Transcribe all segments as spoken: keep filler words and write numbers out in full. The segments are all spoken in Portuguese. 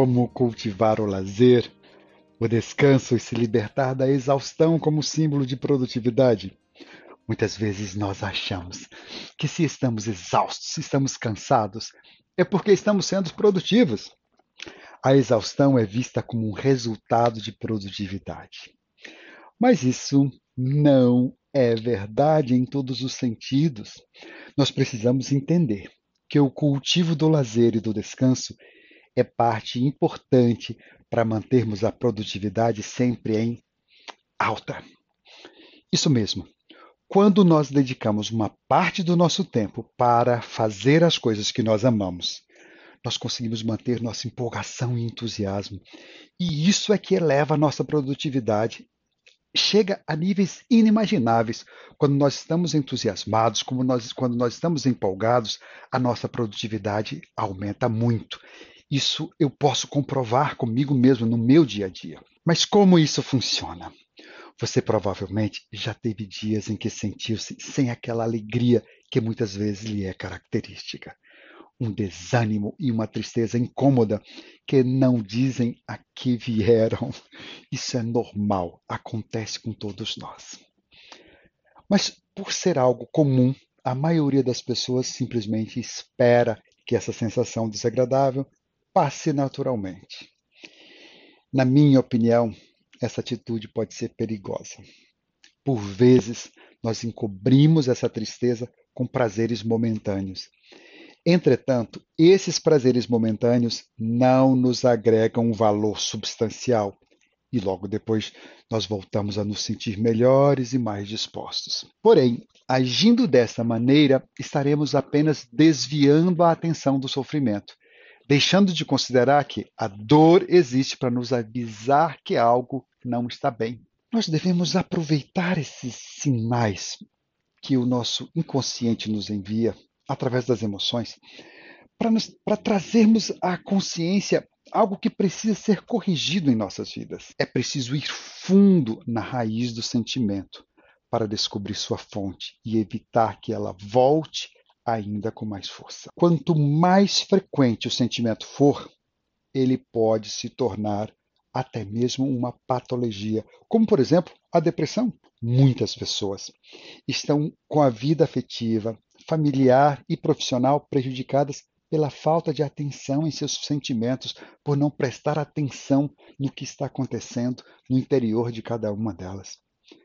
como cultivar o lazer, o descanso e se libertar da exaustão como símbolo de produtividade. Muitas vezes nós achamos que se estamos exaustos, se estamos cansados, é porque estamos sendo produtivos. A exaustão é vista como um resultado de produtividade. Mas isso não é verdade em todos os sentidos. Nós precisamos entender que o cultivo do lazer e do descanso é parte importante para mantermos a produtividade sempre em alta. Isso mesmo. Quando nós dedicamos uma parte do nosso tempo para fazer as coisas que nós amamos, nós conseguimos manter nossa empolgação e entusiasmo. E isso é que eleva a nossa produtividade. Chega a níveis inimagináveis. Quando nós estamos entusiasmados, como nós, quando nós estamos empolgados, a nossa produtividade aumenta muito. Isso eu posso comprovar comigo mesmo no meu dia a dia. Mas como isso funciona? Você provavelmente já teve dias em que sentiu-se sem aquela alegria que muitas vezes lhe é característica. Um desânimo e uma tristeza incômoda que não dizem a que vieram. Isso é normal, acontece com todos nós. Mas por ser algo comum, a maioria das pessoas simplesmente espera que essa sensação desagradável passe naturalmente. Na minha opinião, essa atitude pode ser perigosa. Por vezes, nós encobrimos essa tristeza com prazeres momentâneos. Entretanto, esses prazeres momentâneos não nos agregam um valor substancial e logo depois nós voltamos a nos sentir melhores e mais dispostos. Porém, agindo dessa maneira, estaremos apenas desviando a atenção do sofrimento, deixando de considerar que a dor existe para nos avisar que algo não está bem. Nós devemos aproveitar esses sinais que o nosso inconsciente nos envia através das emoções para trazermos à consciência algo que precisa ser corrigido em nossas vidas. É preciso ir fundo na raiz do sentimento para descobrir sua fonte e evitar que ela volte ainda com mais força. Quanto mais frequente o sentimento for, ele pode se tornar até mesmo uma patologia, como por exemplo a depressão. Muitas pessoas estão com a vida afetiva, familiar e profissional prejudicadas pela falta de atenção em seus sentimentos, por não prestar atenção no que está acontecendo no interior de cada uma delas.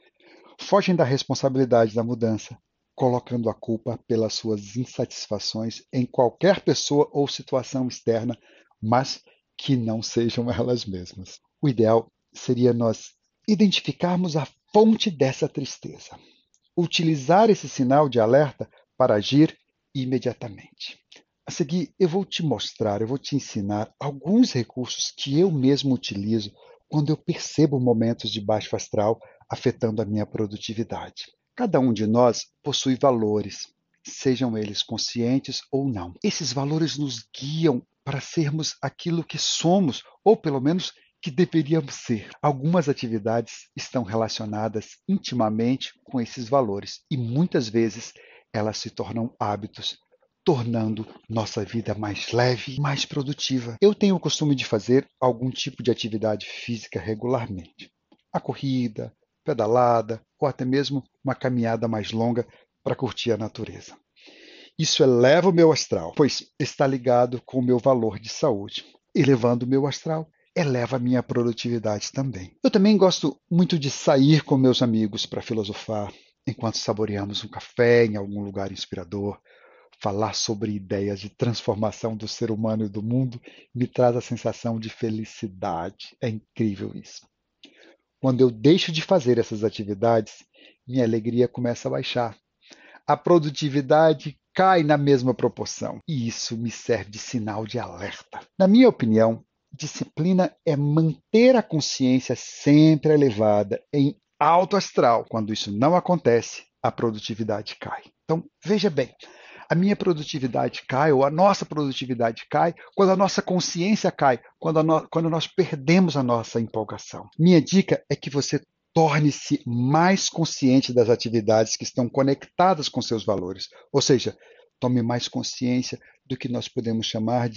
Fogem da responsabilidade da mudança, colocando a culpa pelas suas insatisfações em qualquer pessoa ou situação externa, mas que não sejam elas mesmas. O ideal seria nós identificarmos a fonte dessa tristeza, utilizar esse sinal de alerta para agir imediatamente. A seguir, eu vou te mostrar, eu vou te ensinar alguns recursos que eu mesmo utilizo quando eu percebo momentos de baixo astral afetando a minha produtividade. Cada um de nós possui valores, sejam eles conscientes ou não. Esses valores nos guiam para sermos aquilo que somos, ou pelo menos que deveríamos ser. Algumas atividades estão relacionadas intimamente com esses valores e muitas vezes elas se tornam hábitos, tornando nossa vida mais leve e mais produtiva. Eu tenho o costume de fazer algum tipo de atividade física regularmente. A corrida, pedalada ou até mesmo uma caminhada mais longa para curtir a natureza. Isso eleva o meu astral, pois está ligado com o meu valor de saúde. Elevando o meu astral, eleva a minha produtividade também. Eu também gosto muito de sair com meus amigos para filosofar, enquanto saboreamos um café em algum lugar inspirador. Falar sobre ideias de transformação do ser humano e do mundo me traz a sensação de felicidade. É incrível isso. Quando eu deixo de fazer essas atividades, minha alegria começa a baixar. A produtividade cai na mesma proporção e isso me serve de sinal de alerta. Na minha opinião, disciplina é manter a consciência sempre elevada em alto astral. Quando isso não acontece, a produtividade cai. Então, veja bem, a minha produtividade cai, ou a nossa produtividade cai, quando a nossa consciência cai, quando, no... quando nós perdemos a nossa empolgação. Minha dica é que você torne-se mais consciente das atividades que estão conectadas com seus valores, ou seja, tome mais consciência do que nós podemos chamar de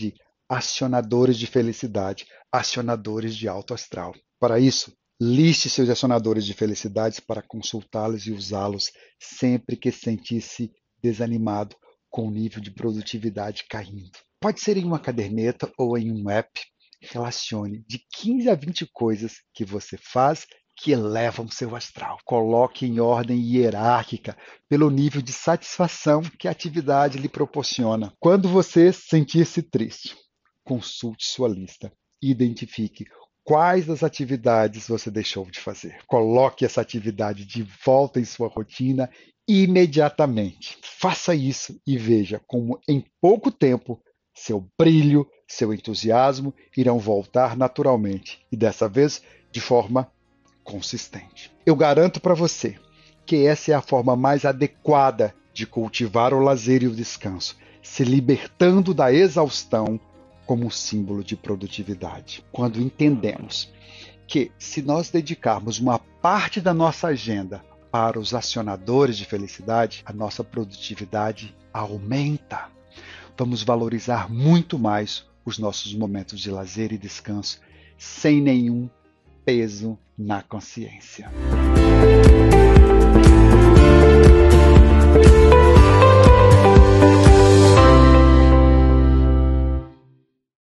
acionadores de felicidade, acionadores de alto astral. Para isso, liste seus acionadores de felicidade para consultá-los e usá-los sempre que sentir-se desanimado com o nível de produtividade caindo. Pode ser em uma caderneta ou em um app. Relacione de quinze a vinte coisas que você faz que elevam seu astral. Coloque em ordem hierárquica pelo nível de satisfação que a atividade lhe proporciona. Quando você sentir-se triste, consulte sua lista e identifique quais das atividades você deixou de fazer. Coloque essa atividade de volta em sua rotina imediatamente. Faça isso e veja como em pouco tempo seu brilho, seu entusiasmo irão voltar naturalmente e dessa vez de forma consistente. Eu garanto para você que essa é a forma mais adequada de cultivar o lazer e o descanso, se libertando da exaustão como um símbolo de produtividade. Quando entendemos que se nós dedicarmos uma parte da nossa agenda para os acionadores de felicidade, a nossa produtividade aumenta. Vamos valorizar muito mais os nossos momentos de lazer e descanso sem nenhum peso na consciência.